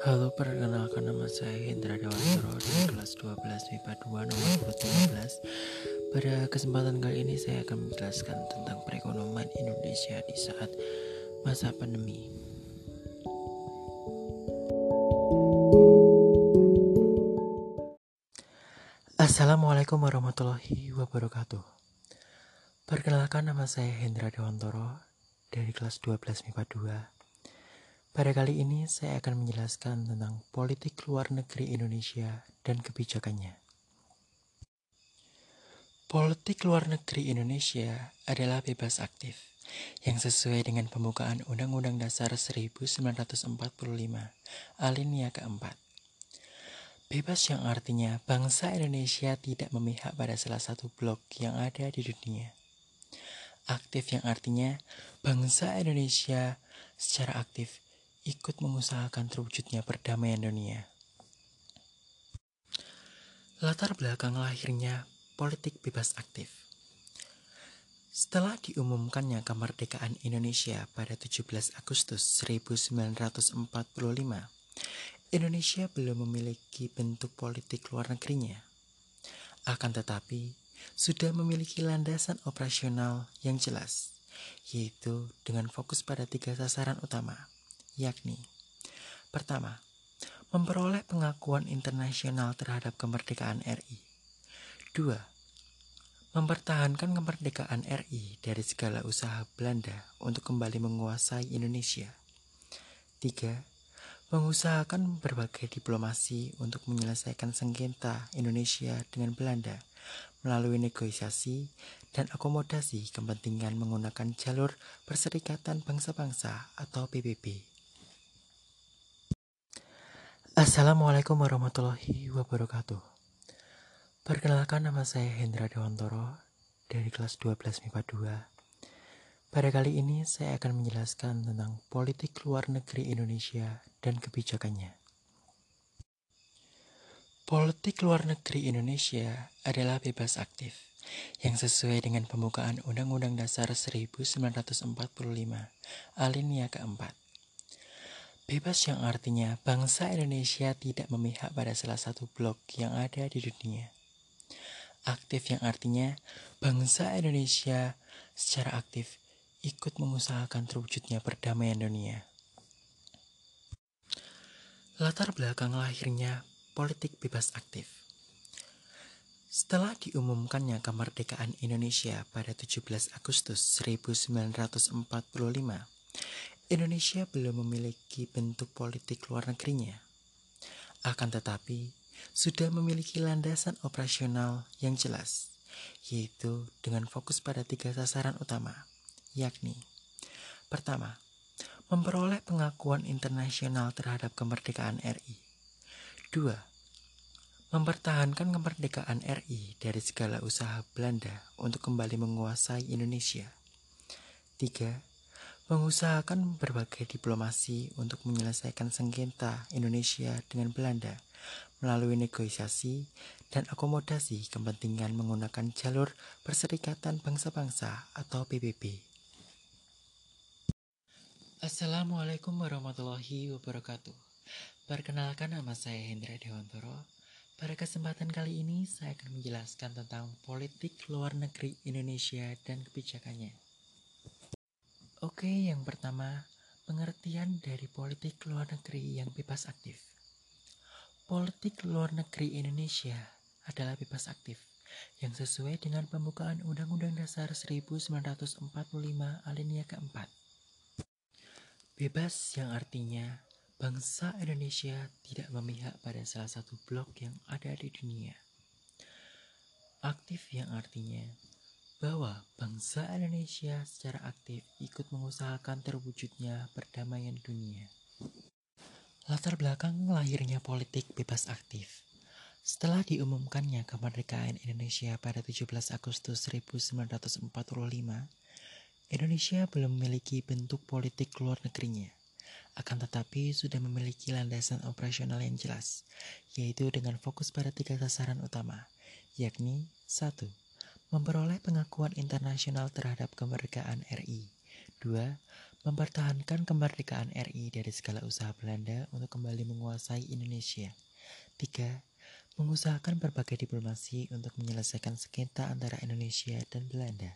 Halo, perkenalkan nama saya Hendra Dewantoro dari kelas 12 MIPA 2 nomor urut 15. Pada kesempatan kali ini saya akan menjelaskan tentang perekonomian Indonesia di saat masa pandemi. Assalamualaikum warahmatullahi wabarakatuh. Perkenalkan nama saya Hendra Dewantoro dari kelas 12 MIPA 2. Pada kali ini saya akan menjelaskan tentang politik luar negeri Indonesia dan kebijakannya. Politik luar negeri Indonesia adalah bebas aktif, yang sesuai dengan pembukaan Undang-Undang Dasar 1945, alinea keempat. Bebas yang artinya bangsa Indonesia tidak memihak pada salah satu blok yang ada di dunia. Aktif yang artinya bangsa Indonesia secara aktif ikut mengusahakan terwujudnya perdamaian dunia. Latar belakang lahirnya politik bebas aktif. Setelah diumumkannya kemerdekaan Indonesia pada 17 Agustus 1945, Indonesia belum memiliki bentuk politik luar negerinya. Akan tetapi, sudah memiliki landasan operasional yang jelas, yaitu dengan fokus pada 3 sasaran utama, yakni: pertama, memperoleh pengakuan internasional terhadap kemerdekaan RI. 2. Mempertahankan kemerdekaan RI dari segala usaha Belanda untuk kembali menguasai Indonesia. 3. Mengusahakan berbagai diplomasi untuk menyelesaikan sengketa Indonesia dengan Belanda melalui negosiasi dan akomodasi kepentingan menggunakan jalur Perserikatan Bangsa-Bangsa atau PBB. Assalamualaikum warahmatullahi wabarakatuh. Perkenalkan nama saya Hendra Dewantoro dari kelas 12 MIPA 2. Pada kali ini saya akan menjelaskan tentang politik luar negeri Indonesia dan kebijakannya. Politik luar negeri Indonesia adalah bebas aktif, yang sesuai dengan pembukaan Undang-Undang Dasar 1945, alinea keempat. Bebas yang artinya bangsa Indonesia tidak memihak pada salah satu blok yang ada di dunia. Aktif yang artinya bangsa Indonesia secara aktif ikut mengusahakan terwujudnya perdamaian dunia. Latar belakang lahirnya politik bebas aktif. Setelah diumumkannya kemerdekaan Indonesia pada 17 Agustus 1945, Indonesia belum memiliki bentuk politik luar negerinya. Akan tetapi, sudah memiliki landasan operasional yang jelas, yaitu dengan fokus pada 3 sasaran utama, yakni: pertama, memperoleh pengakuan internasional terhadap kemerdekaan RI. 2. Mempertahankan kemerdekaan RI dari segala usaha Belanda untuk kembali menguasai Indonesia. 3. Mengusahakan berbagai diplomasi untuk menyelesaikan sengketa Indonesia dengan Belanda melalui negosiasi dan akomodasi kepentingan menggunakan jalur Perserikatan Bangsa-Bangsa atau PBB. Assalamualaikum warahmatullahi wabarakatuh. Perkenalkan, nama saya Hendra Dewantoro. Pada kesempatan kali ini saya akan menjelaskan tentang politik luar negeri Indonesia dan kebijakannya. Oke, yang pertama, pengertian dari politik luar negeri yang bebas aktif. Politik luar negeri Indonesia adalah bebas aktif, yang sesuai dengan pembukaan Undang-Undang Dasar 1945 alinea keempat. Bebas yang artinya bangsa Indonesia tidak memihak pada salah satu blok yang ada di dunia. Aktif yang artinya bahwa bangsa Indonesia secara aktif ikut mengusahakan terwujudnya perdamaian dunia. Latar belakang lahirnya politik bebas aktif. Setelah diumumkannya kemerdekaan Indonesia pada 17 Agustus 1945, Indonesia belum memiliki bentuk politik luar negerinya. Akan tetapi sudah memiliki landasan operasional yang jelas, yaitu dengan fokus pada 3 sasaran utama, yakni: 1. Memperoleh pengakuan internasional terhadap kemerdekaan RI. 2. mempertahankan kemerdekaan RI dari segala usaha Belanda untuk kembali menguasai Indonesia. 3. Mengusahakan berbagai diplomasi untuk menyelesaikan sengketa antara Indonesia dan Belanda.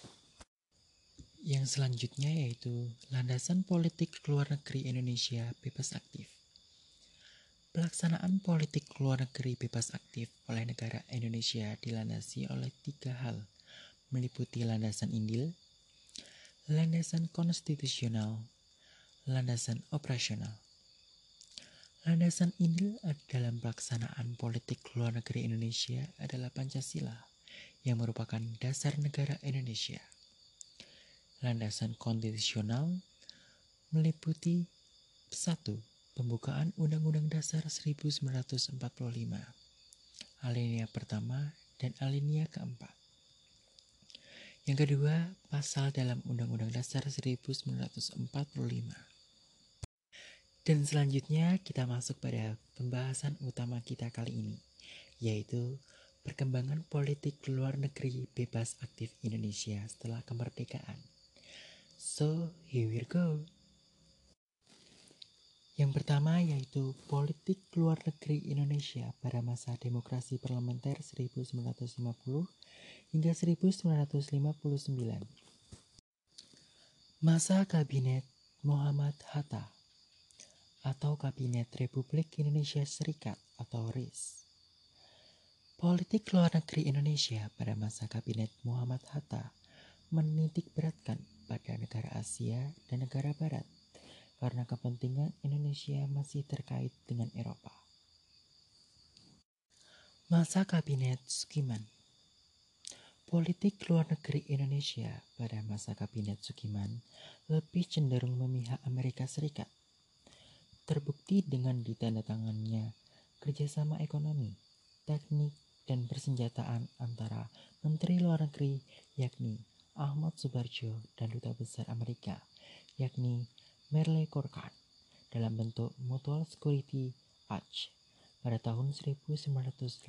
Yang selanjutnya yaitu landasan politik luar negeri Indonesia bebas aktif. Pelaksanaan politik luar negeri bebas aktif oleh negara Indonesia dilandasi oleh 3 hal, meliputi landasan Indil, landasan konstitusional, landasan operasional. Landasan Indil dalam pelaksanaan politik luar negeri Indonesia adalah Pancasila, yang merupakan dasar negara Indonesia. Landasan konstitusional meliputi 1. Pembukaan Undang-Undang Dasar 1945, alinea pertama dan alinea keempat. Yang kedua, pasal dalam Undang-Undang Dasar 1945. Dan selanjutnya kita masuk pada pembahasan utama kita kali ini, yaitu perkembangan politik luar negeri bebas aktif Indonesia setelah kemerdekaan. So, here we go. Yang pertama yaitu politik luar negeri Indonesia pada masa demokrasi parlementer 1950 hingga 1959. Masa Kabinet Muhammad Hatta atau Kabinet Republik Indonesia Serikat atau RIS. Politik luar negeri Indonesia pada masa Kabinet Muhammad Hatta menitikberatkan pada negara Asia dan negara Barat karena kepentingan Indonesia masih terkait dengan Eropa. Masa Kabinet Sukiman. Politik luar negeri Indonesia pada masa Kabinet Sukiman lebih cenderung memihak Amerika Serikat. Terbukti dengan ditandatangannya kerjasama ekonomi, teknik, dan persenjataan antara Menteri Luar Negeri yakni Ahmad Subarjo dan Duta Besar Amerika yakni Merle Corcoran dalam bentuk Mutual Security Acts pada tahun 1952.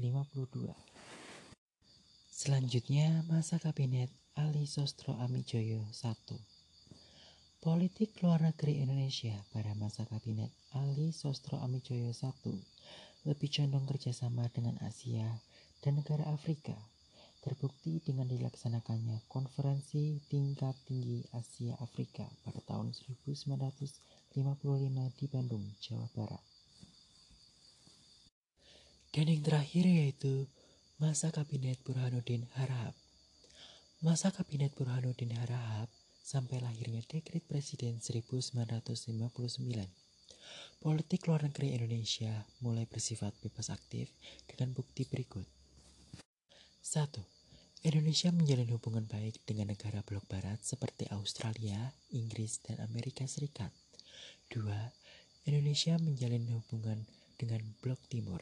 Selanjutnya masa Kabinet Ali Sostro Amijoyo I. Politik luar negeri Indonesia pada masa Kabinet Ali Sostro Amijoyo I lebih condong kerjasama dengan Asia dan negara Afrika, terbukti dengan dilaksanakannya Konferensi Tingkat Tinggi Asia Afrika pada tahun 1955 di Bandung, Jawa Barat. Dan yang terakhir yaitu masa Kabinet Burhanuddin Harahap. Masa Kabinet Burhanuddin Harahap sampai lahirnya Dekret Presiden 1959. Politik luar negeri Indonesia mulai bersifat bebas aktif dengan bukti berikut. 1. Indonesia menjalin hubungan baik dengan negara blok barat seperti Australia, Inggris, dan Amerika Serikat. 2. Indonesia menjalin hubungan dengan blok timur.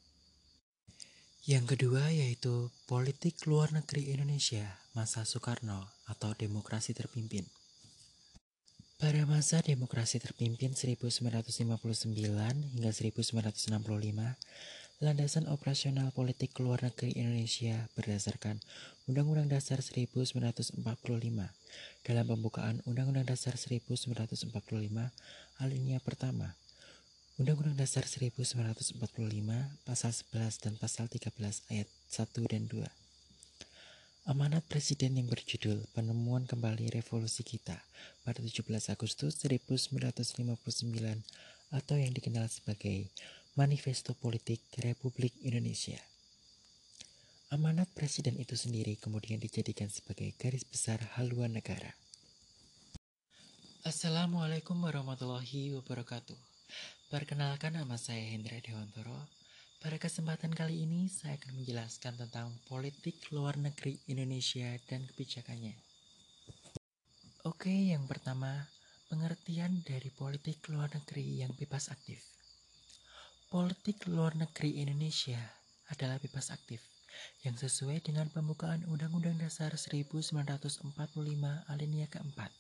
Yang kedua yaitu politik luar negeri Indonesia masa Soekarno atau demokrasi terpimpin. Pada masa demokrasi terpimpin 1959 hingga 1965, landasan operasional politik luar negeri Indonesia berdasarkan Undang-Undang Dasar 1945. Dalam pembukaan Undang-Undang Dasar 1945, alinea pertama, Undang-Undang Dasar 1945, Pasal 11 dan Pasal 13 ayat 1 dan 2. Amanat Presiden yang berjudul Penemuan Kembali Revolusi Kita pada 17 Agustus 1959 atau yang dikenal sebagai Manifesto Politik Republik Indonesia. Amanat Presiden itu sendiri kemudian dijadikan sebagai garis besar haluan negara. Assalamualaikum warahmatullahi wabarakatuh. Perkenalkan, nama saya Hendra Dewantoro. Pada kesempatan kali ini saya akan menjelaskan tentang politik luar negeri Indonesia dan kebijakannya. Oke, yang pertama, pengertian dari politik luar negeri yang bebas aktif. Politik luar negeri Indonesia adalah bebas aktif yang sesuai dengan pembukaan Undang-Undang Dasar 1945 alinea keempat.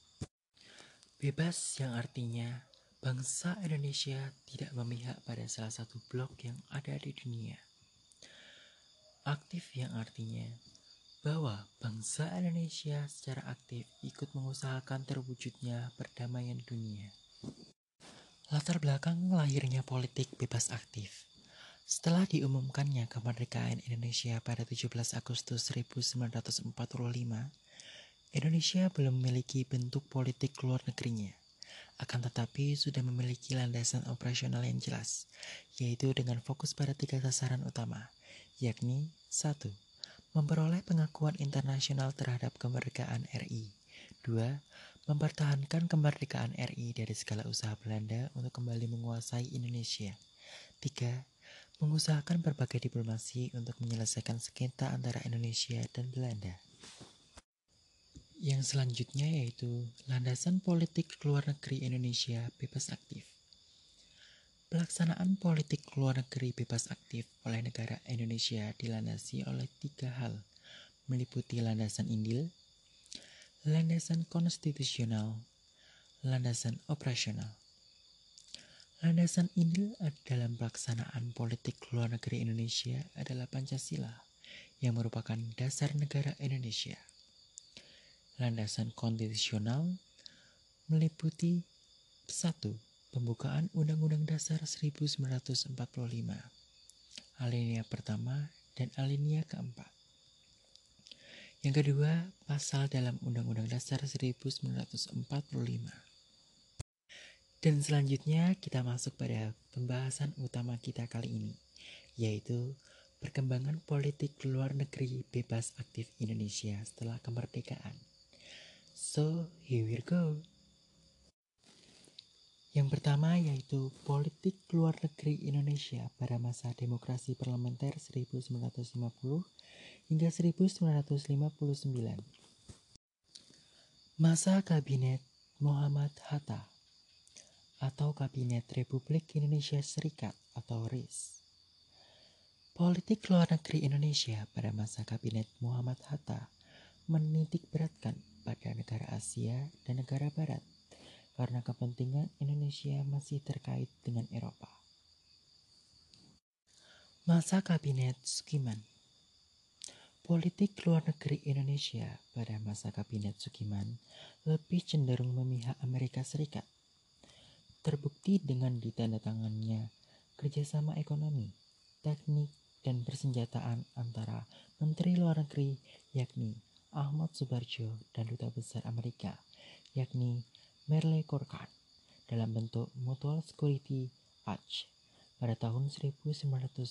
Bebas yang artinya bangsa Indonesia tidak memihak pada salah satu blok yang ada di dunia. Aktif yang artinya bahwa bangsa Indonesia secara aktif ikut mengusahakan terwujudnya perdamaian dunia. Latar belakang lahirnya politik bebas aktif. Setelah diumumkannya kemerdekaan Indonesia pada 17 Agustus 1945, Indonesia belum memiliki bentuk politik luar negerinya. Akan tetapi sudah memiliki landasan operasional yang jelas, yaitu dengan fokus pada 3 sasaran utama, yakni 1. Memperoleh pengakuan internasional terhadap kemerdekaan RI. 2. Mempertahankan kemerdekaan RI dari segala usaha Belanda untuk kembali menguasai Indonesia. 3. Mengusahakan berbagai diplomasi untuk menyelesaikan sengketa antara Indonesia dan Belanda. Yang selanjutnya yaitu landasan politik luar negeri Indonesia bebas aktif. Pelaksanaan politik luar negeri bebas aktif oleh negara Indonesia dilandasi oleh 3 hal, meliputi landasan indil, landasan konstitusional, landasan operasional. Landasan indil dalam pelaksanaan politik luar negeri Indonesia adalah Pancasila, yang merupakan dasar negara Indonesia. Landasan konstitusional meliputi 1. Pembukaan Undang-Undang Dasar 1945, alinea pertama dan alinea keempat. Yang kedua, pasal dalam Undang-Undang Dasar 1945. Dan selanjutnya kita masuk pada pembahasan utama kita kali ini, yaitu perkembangan politik luar negeri bebas aktif Indonesia setelah kemerdekaan. So, here we go. Yang pertama yaitu politik luar negeri Indonesia pada masa demokrasi parlementer 1950 hingga 1959. Masa Kabinet Muhammad Hatta atau Kabinet Republik Indonesia Serikat atau RIS. Politik luar negeri Indonesia pada masa Kabinet Muhammad Hatta menitik beratkan pada negara Asia dan negara Barat, karena kepentingan Indonesia masih terkait dengan Eropa. Masa Kabinet Sukiman. Politik luar negeri Indonesia pada masa Kabinet Sukiman lebih cenderung memihak Amerika Serikat. Terbukti dengan ditandatangannya kerjasama ekonomi, teknik, dan persenjataan antara Menteri Luar Negeri yakni Ahmad Subarjo dan Duta Besar Amerika yakni Merle Corcoran dalam bentuk Mutual Security Acts pada tahun 1952.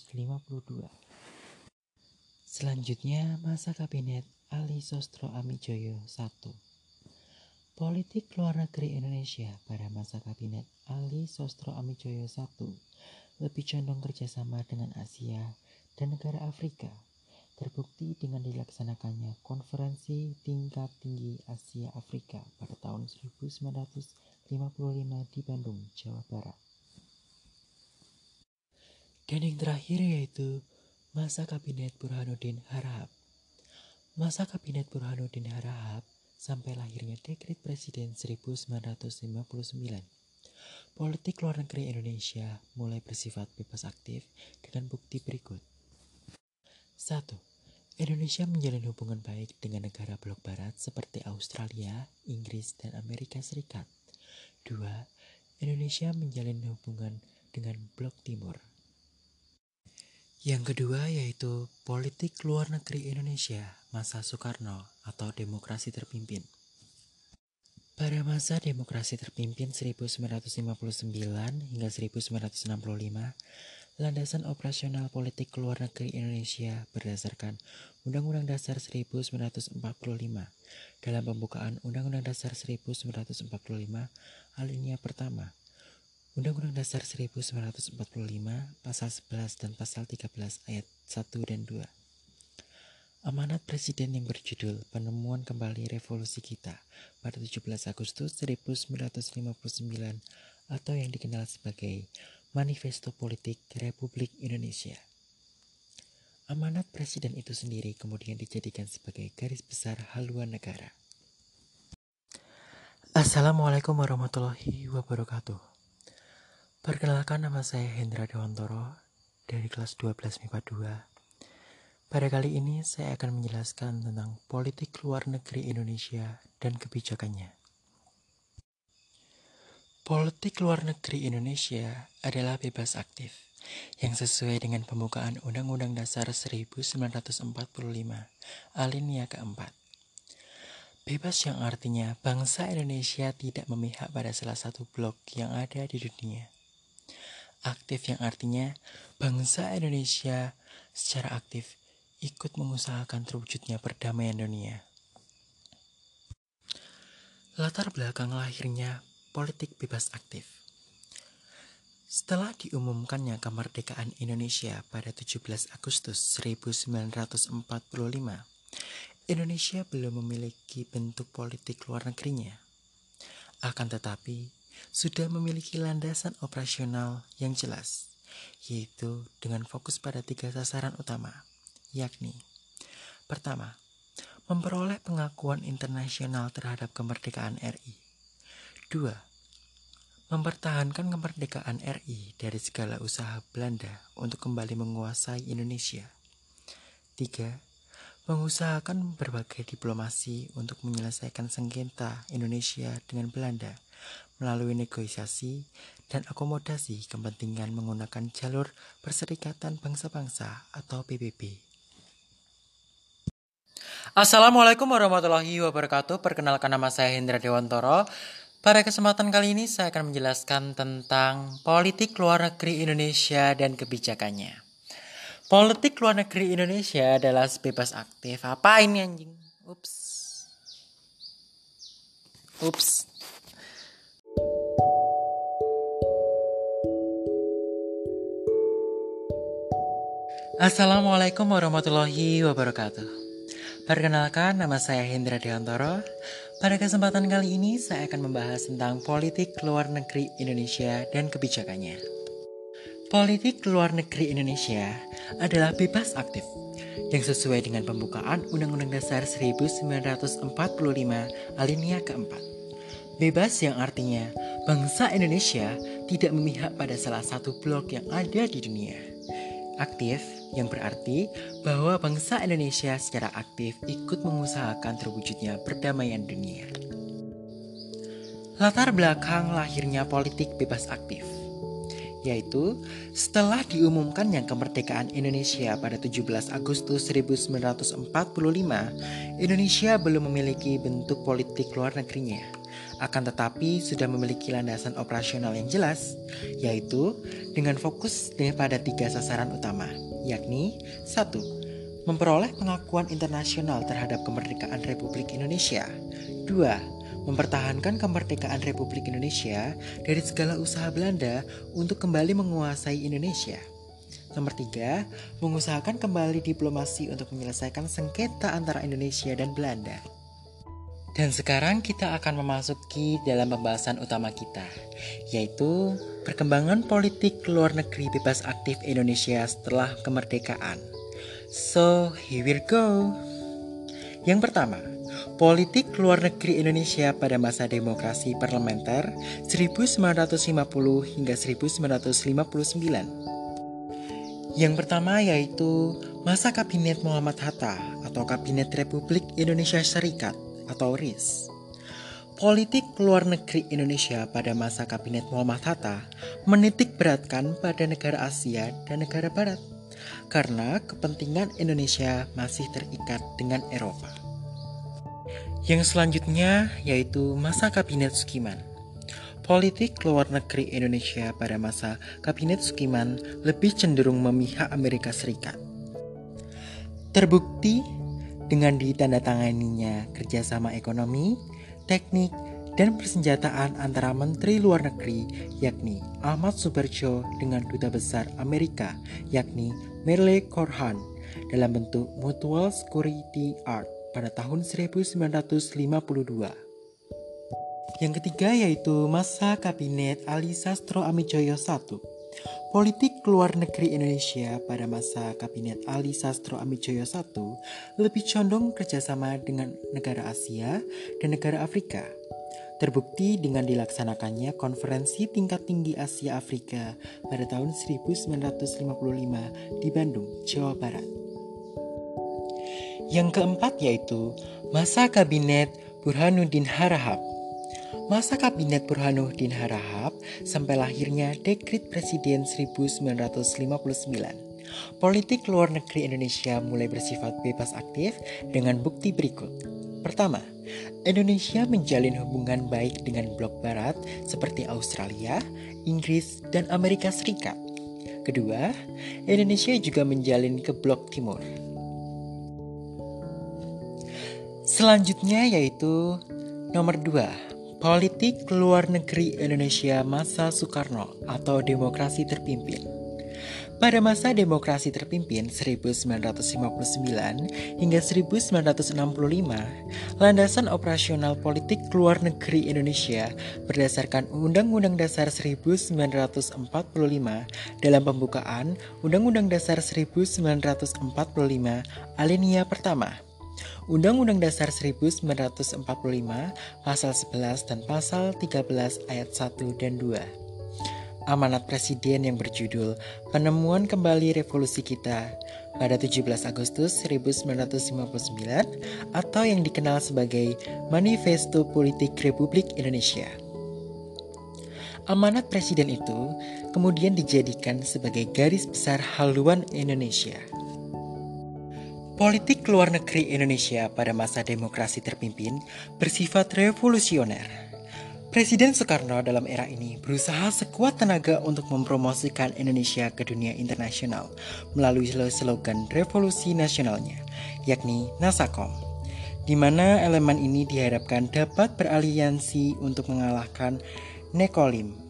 Selanjutnya, masa Kabinet Ali Sostro Amijoyo I. Politik luar negeri Indonesia pada masa Kabinet Ali Sostro Amijoyo I lebih condong kerjasama dengan Asia dan negara Afrika. Terbukti dengan dilaksanakannya Konferensi Tingkat Tinggi Asia Afrika pada tahun 1955 di Bandung, Jawa Barat. Dan yang terakhir yaitu masa Kabinet Burhanuddin Harahap. Masa Kabinet Burhanuddin Harahap sampai lahirnya Dekret Presiden 1959. Politik luar negeri Indonesia mulai bersifat bebas aktif dengan bukti berikut. 1. Indonesia menjalin hubungan baik dengan negara blok barat seperti Australia, Inggris, dan Amerika Serikat. 2. Indonesia menjalin hubungan dengan blok timur. Yang kedua yaitu politik luar negeri Indonesia masa Soekarno atau demokrasi terpimpin. Pada masa demokrasi terpimpin 1959 hingga 1965, landasan operasional politik luar negeri Indonesia berdasarkan Undang-Undang Dasar 1945. Dalam pembukaan Undang-Undang Dasar 1945, alinea pertama, Undang-Undang Dasar 1945, Pasal 11 dan Pasal 13 ayat 1 dan 2. Amanat Presiden yang berjudul Penemuan Kembali Revolusi Kita pada 17 Agustus 1959 atau yang dikenal sebagai Manifesto Politik Republik Indonesia. Amanat Presiden itu sendiri kemudian dijadikan sebagai garis besar haluan negara. Assalamualaikum warahmatullahi wabarakatuh. Perkenalkan, nama saya Hendra Dewantoro dari kelas 12 MIPA 2. Pada kali ini saya akan menjelaskan tentang politik luar negeri Indonesia dan kebijakannya. Politik luar negeri Indonesia adalah bebas aktif yang sesuai dengan pembukaan Undang-Undang Dasar 1945 alinea keempat. Bebas yang artinya bangsa Indonesia tidak memihak pada salah satu blok yang ada di dunia. Aktif yang artinya bangsa Indonesia secara aktif ikut mengusahakan terwujudnya perdamaian dunia. Latar belakang lahirnya politik bebas aktif. Setelah diumumkannya kemerdekaan Indonesia pada 17 Agustus 1945, Indonesia belum memiliki bentuk politik luar negerinya. Akan tetapi, sudah memiliki landasan operasional yang jelas, yaitu dengan fokus pada 3 sasaran utama, yakni: pertama, memperoleh pengakuan internasional terhadap kemerdekaan RI. 2. Mempertahankan kemerdekaan RI dari segala usaha Belanda untuk kembali menguasai Indonesia. 3. Mengusahakan berbagai diplomasi untuk menyelesaikan sengketa Indonesia dengan Belanda melalui negosiasi dan akomodasi kepentingan menggunakan jalur Perserikatan Bangsa-Bangsa atau PBB. Assalamualaikum warahmatullahi wabarakatuh. Perkenalkan, nama saya Hendra Dewantoro. Pada kesempatan kali ini saya akan menjelaskan tentang politik luar negeri Indonesia dan kebijakannya. Politik luar negeri Indonesia adalah bebas aktif. Apa ini anjing? Ups. Assalamualaikum warahmatullahi wabarakatuh. Perkenalkan, nama saya Hendra Dewantoro. Pada kesempatan kali ini saya akan membahas tentang politik luar negeri Indonesia dan kebijakannya. Politik luar negeri Indonesia adalah bebas aktif yang sesuai dengan pembukaan Undang-Undang Dasar 1945 alinea keempat. Bebas yang artinya bangsa Indonesia tidak memihak pada salah satu blok yang ada di dunia. Aktif yang berarti bahwa bangsa Indonesia secara aktif ikut mengusahakan terwujudnya perdamaian dunia. Latar belakang lahirnya politik bebas aktif, yaitu setelah diumumkannya kemerdekaan Indonesia pada 17 Agustus 1945, Indonesia belum memiliki bentuk politik luar negerinya. Akan tetapi sudah memiliki landasan operasional yang jelas, yaitu dengan fokus pada 3 sasaran utama, yakni 1. Memperoleh pengakuan internasional terhadap kemerdekaan Republik Indonesia. 2. Mempertahankan kemerdekaan Republik Indonesia dari segala usaha Belanda untuk kembali menguasai Indonesia. Nomor 3. Mengusahakan kembali diplomasi untuk menyelesaikan sengketa antara Indonesia dan Belanda. Dan sekarang kita akan memasuki dalam pembahasan utama kita, yaitu perkembangan politik luar negeri bebas aktif Indonesia setelah kemerdekaan. So, here we go. Yang pertama, politik luar negeri Indonesia pada masa demokrasi parlementer 1950 hingga 1959. Yang pertama yaitu masa Kabinet Muhammad Hatta atau Kabinet Republik Indonesia Serikat atau RIS. Politik luar negeri Indonesia pada masa Kabinet Muhammad Hatta menitik beratkan pada negara Asia dan negara Barat karena kepentingan Indonesia masih terikat dengan Eropa. Yang selanjutnya yaitu masa Kabinet Sukiman. Politik luar negeri Indonesia pada masa Kabinet Sukiman lebih cenderung memihak Amerika Serikat. Terbukti dengan ditandatanganinya kerjasama ekonomi, teknik, dan persenjataan antara Menteri Luar Negeri yakni Ahmad Subarjo dengan Duta Besar Amerika yakni Merle Corhan dalam bentuk Mutual Security Act pada tahun 1952. Yang ketiga yaitu masa Kabinet Ali Sastro Amijoyo I. Politik luar negeri Indonesia pada masa Kabinet Ali Sastro Amijoyo I lebih condong kerjasama dengan negara Asia dan negara Afrika. Terbukti dengan dilaksanakannya konferensi tingkat tinggi Asia Afrika pada tahun 1955 di Bandung, Jawa Barat. Yang keempat yaitu masa Kabinet Burhanuddin Harahap. Masa Kabinet Burhanuddin Harahap sampai lahirnya Dekrit Presiden 1959. Politik luar negeri Indonesia mulai bersifat bebas aktif dengan bukti berikut. Pertama, Indonesia menjalin hubungan baik dengan blok barat seperti Australia, Inggris, dan Amerika Serikat. Kedua, Indonesia juga menjalin ke blok timur. Selanjutnya yaitu nomor 2, politik luar negeri Indonesia masa Soekarno atau demokrasi terpimpin. Pada masa demokrasi terpimpin 1959 hingga 1965, landasan operasional politik luar negeri Indonesia berdasarkan Undang-Undang Dasar 1945 dalam pembukaan Undang-Undang Dasar 1945 alinea pertama. Undang-Undang Dasar 1945 Pasal 11 dan Pasal 13 ayat 1 dan 2. Amanat Presiden yang berjudul Penemuan Kembali Revolusi Kita pada 17 Agustus 1959 atau yang dikenal sebagai Manifesto Politik Republik Indonesia. Amanat Presiden itu kemudian dijadikan sebagai garis besar haluan Indonesia. Politik luar negeri Indonesia pada masa demokrasi terpimpin bersifat revolusioner. Presiden Soekarno dalam era ini berusaha sekuat tenaga untuk mempromosikan Indonesia ke dunia internasional melalui slogan revolusi nasionalnya, yakni Nasakom, di mana elemen ini diharapkan dapat beraliansi untuk mengalahkan Nekolim.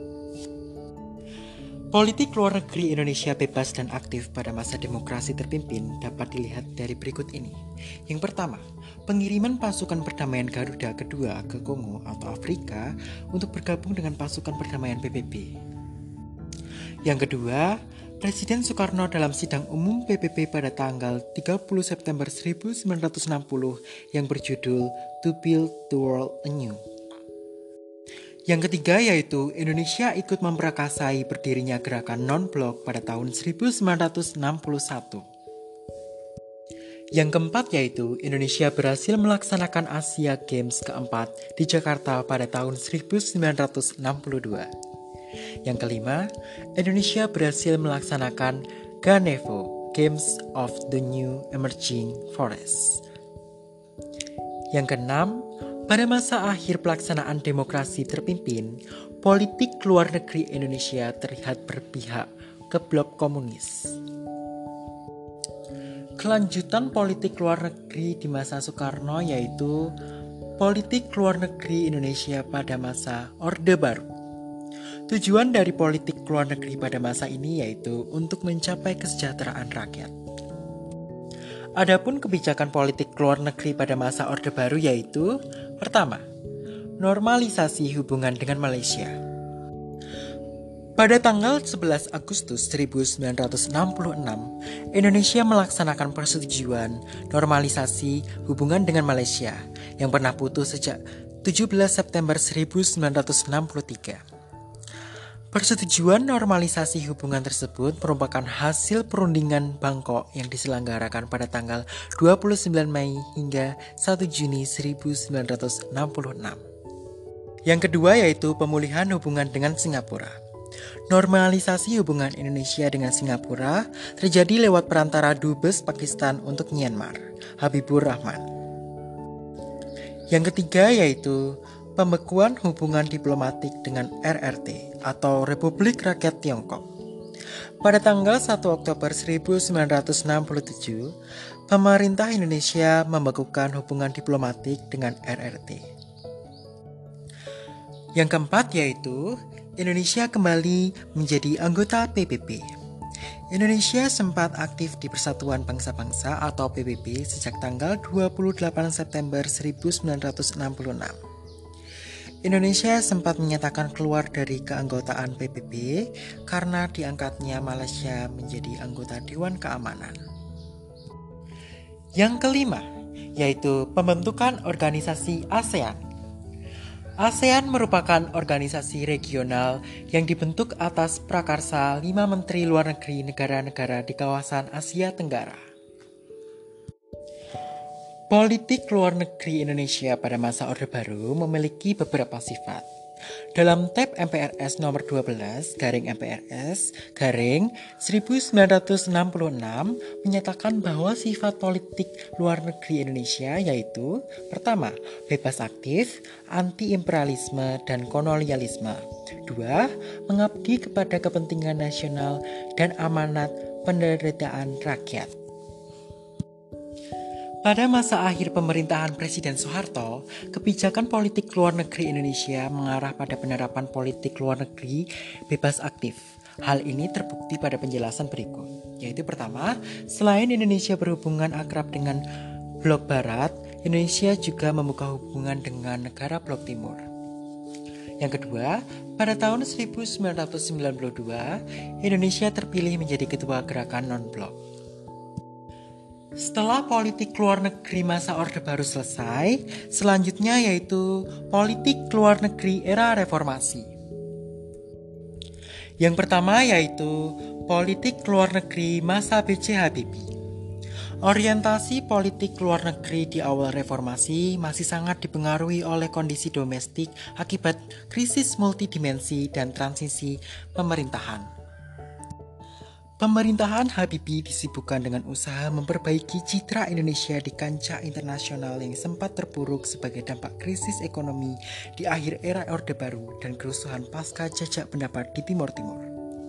Politik luar negeri Indonesia bebas dan aktif pada masa demokrasi terpimpin dapat dilihat dari berikut ini. Yang pertama, pengiriman pasukan perdamaian Garuda kedua ke Kongo atau Afrika untuk bergabung dengan pasukan perdamaian PBB. Yang kedua, Presiden Soekarno dalam sidang umum PBB pada tanggal 30 September 1960 yang berjudul To Build the World Anew. Yang ketiga yaitu Indonesia ikut memperakasai berdirinya gerakan non-blok pada tahun 1961. Yang keempat yaitu Indonesia berhasil melaksanakan Asia Games keempat di Jakarta pada tahun 1962. Yang kelima, Indonesia berhasil melaksanakan Ganevo, Games of the New Emerging Forest. Yang keenam, pada masa akhir pelaksanaan demokrasi terpimpin, politik luar negeri Indonesia terlihat berpihak ke blok komunis. Kelanjutan politik luar negeri di masa Soekarno yaitu politik luar negeri Indonesia pada masa Orde Baru. Tujuan dari politik luar negeri pada masa ini yaitu untuk mencapai kesejahteraan rakyat. Adapun kebijakan politik luar negeri pada masa Orde Baru yaitu pertama, normalisasi hubungan dengan Malaysia. Pada tanggal 11 Agustus 1966, Indonesia melaksanakan persetujuan normalisasi hubungan dengan Malaysia yang pernah putus sejak 17 September 1963. Persetujuan normalisasi hubungan tersebut merupakan hasil perundingan Bangkok yang diselenggarakan pada tanggal 29 Mei hingga 1 Juni 1966. Yang kedua yaitu pemulihan hubungan dengan Singapura. Normalisasi hubungan Indonesia dengan Singapura terjadi lewat perantara Dubes Pakistan untuk Myanmar, Habibur Rahman. Yang ketiga yaitu pembekuan hubungan diplomatik dengan RRT atau Republik Rakyat Tiongkok. Pada tanggal 1 Oktober 1967, pemerintah Indonesia membekukan hubungan diplomatik dengan RRT. Yang keempat yaitu Indonesia kembali menjadi anggota PBB. Indonesia sempat aktif di Persatuan Bangsa-Bangsa atau PBB sejak tanggal 28 September 1966. Indonesia sempat menyatakan keluar dari keanggotaan PBB karena diangkatnya Malaysia menjadi anggota Dewan Keamanan. Yang kelima, yaitu pembentukan organisasi ASEAN. ASEAN merupakan organisasi regional yang dibentuk atas prakarsa 5 menteri luar negeri negara-negara di kawasan Asia Tenggara. Politik luar negeri Indonesia pada masa Orde Baru memiliki beberapa sifat. Dalam tab MPRS nomor 12 garing MPRS garing 1966 menyatakan bahwa sifat politik luar negeri Indonesia yaitu pertama, bebas aktif, anti-imperialisme dan kolonialisme. Dua, mengabdi kepada kepentingan nasional dan amanat penderitaan rakyat. Pada masa akhir pemerintahan Presiden Soeharto, kebijakan politik luar negeri Indonesia mengarah pada penerapan politik luar negeri bebas aktif. Hal ini terbukti pada penjelasan berikut, yaitu pertama, selain Indonesia berhubungan akrab dengan Blok Barat, Indonesia juga membuka hubungan dengan negara Blok Timur. Yang kedua, pada tahun 1992, Indonesia terpilih menjadi ketua gerakan non-blok. Setelah politik luar negeri masa Orde Baru selesai, selanjutnya yaitu politik luar negeri era reformasi. Yang pertama yaitu politik luar negeri masa B.J. Habibie. Orientasi politik luar negeri di awal reformasi masih sangat dipengaruhi oleh kondisi domestik akibat krisis multidimensi dan transisi pemerintahan. Pemerintahan Habibie disibukkan dengan usaha memperbaiki citra Indonesia di kancah internasional yang sempat terpuruk sebagai dampak krisis ekonomi di akhir era Orde Baru dan kerusuhan pasca jajak pendapat di Timur Timur.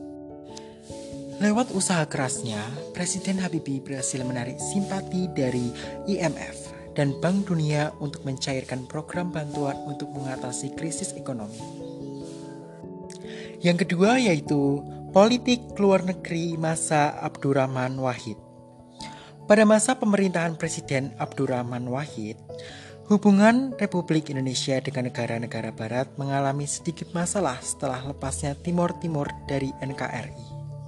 Lewat usaha kerasnya, Presiden Habibie berhasil menarik simpati dari IMF dan Bank Dunia untuk mencairkan program bantuan untuk mengatasi krisis ekonomi. Yang kedua yaitu politik luar negeri masa Abdurrahman Wahid. Pada masa pemerintahan Presiden Abdurrahman Wahid, hubungan Republik Indonesia dengan negara-negara barat mengalami sedikit masalah setelah lepasnya Timor Timur dari NKRI.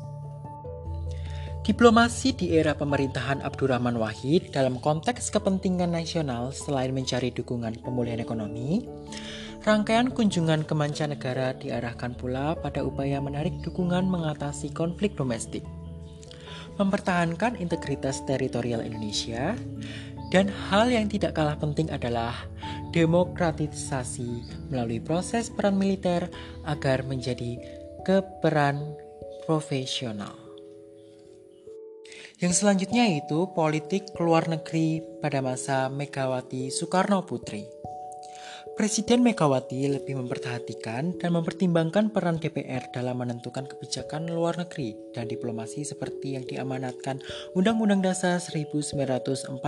Diplomasi di era pemerintahan Abdurrahman Wahid dalam konteks kepentingan nasional selain mencari dukungan pemulihan ekonomi, rangkaian kunjungan ke mancanegara diarahkan pula pada upaya menarik dukungan mengatasi konflik domestik, mempertahankan integritas teritorial Indonesia, dan hal yang tidak kalah penting adalah demokratisasi melalui proses peran militer agar menjadi keperan profesional. Yang selanjutnya yaitu politik luar negeri pada masa Megawati Soekarno Putri. Presiden Megawati lebih memperhatikan dan mempertimbangkan peran DPR dalam menentukan kebijakan luar negeri dan diplomasi seperti yang diamanatkan Undang-Undang Dasar 1945.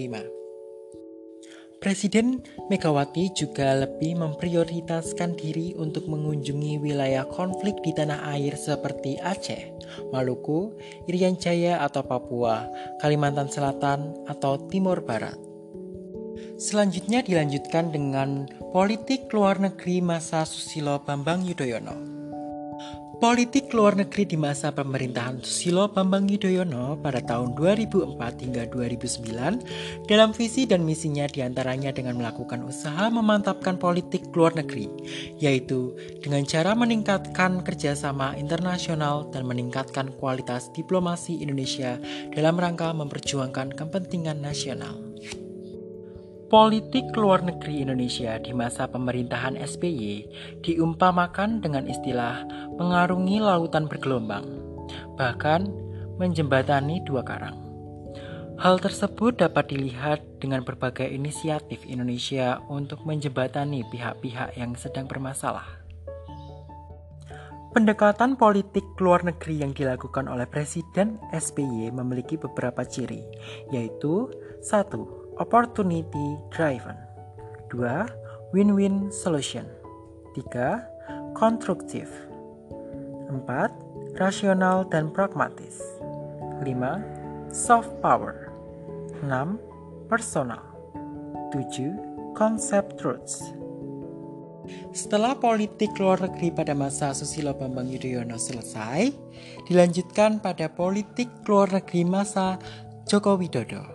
Presiden Megawati juga lebih memprioritaskan diri untuk mengunjungi wilayah konflik di tanah air seperti Aceh, Maluku, Irian Jaya atau Papua, Kalimantan Selatan atau Timur Barat. Selanjutnya dilanjutkan dengan politik luar negeri masa Susilo Bambang Yudhoyono. Politik luar negeri di masa pemerintahan Susilo Bambang Yudhoyono pada tahun 2004 hingga 2009 dalam visi dan misinya diantaranya dengan melakukan usaha memantapkan politik luar negeri, yaitu dengan cara meningkatkan kerjasama internasional dan meningkatkan kualitas diplomasi Indonesia dalam rangka memperjuangkan kepentingan nasional. Politik luar negeri Indonesia di masa pemerintahan SBY diumpamakan dengan istilah mengarungi lautan bergelombang, bahkan menjembatani dua karang. Hal tersebut dapat dilihat dengan berbagai inisiatif Indonesia untuk menjembatani pihak-pihak yang sedang bermasalah. Pendekatan politik luar negeri yang dilakukan oleh Presiden SBY memiliki beberapa ciri, yaitu 1. Opportunity driven. 2. Win-win solution. 3. Konstruktif. 4. Rasional dan pragmatis. 5. Soft power. 6. Personal. 7. Concept roots. Setelah politik luar negeri pada masa Susilo Bambang Yudhoyono selesai, dilanjutkan pada politik luar negeri masa Joko Widodo.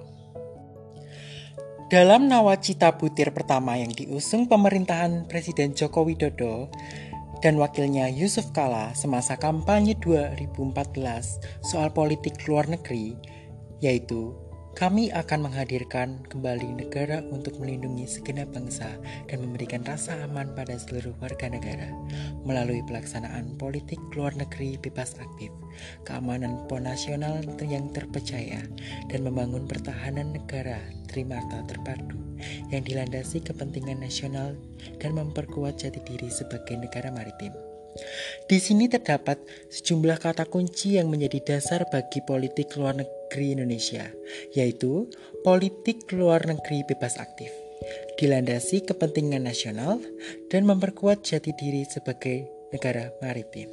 Dalam nawacita butir pertama yang diusung pemerintahan Presiden Joko Widodo dan wakilnya Yusuf Kala semasa kampanye 2014 soal politik luar negeri, yaitu Kami akan menghadirkan kembali negara untuk melindungi segenap bangsa dan memberikan rasa aman pada seluruh warga negara melalui pelaksanaan politik luar negeri bebas aktif, keamanan nasional yang terpercaya, dan membangun pertahanan negara trimata terpadu yang dilandasi kepentingan nasional dan memperkuat jati diri sebagai negara maritim. Di sini terdapat sejumlah kata kunci yang menjadi dasar bagi politik luar negeri Indonesia, yaitu politik luar negeri bebas aktif, dilandasi kepentingan nasional, dan memperkuat jati diri sebagai negara maritim.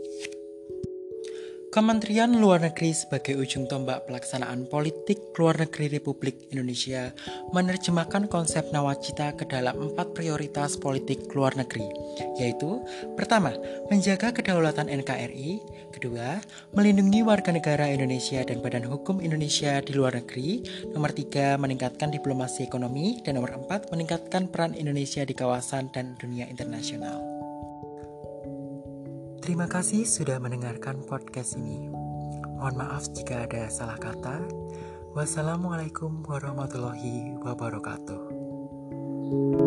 Kementerian Luar Negeri sebagai ujung tombak pelaksanaan politik luar negeri Republik Indonesia menerjemahkan konsep nawacita ke dalam 4 prioritas politik luar negeri, yaitu pertama, menjaga kedaulatan NKRI, kedua, melindungi warga negara Indonesia dan Badan Hukum Indonesia di luar negeri, nomor 3, meningkatkan diplomasi ekonomi, dan nomor 4, meningkatkan peran Indonesia di kawasan dan dunia internasional. Terima kasih sudah mendengarkan podcast ini. Mohon maaf jika ada salah kata. Wassalamualaikum warahmatullahi wabarakatuh.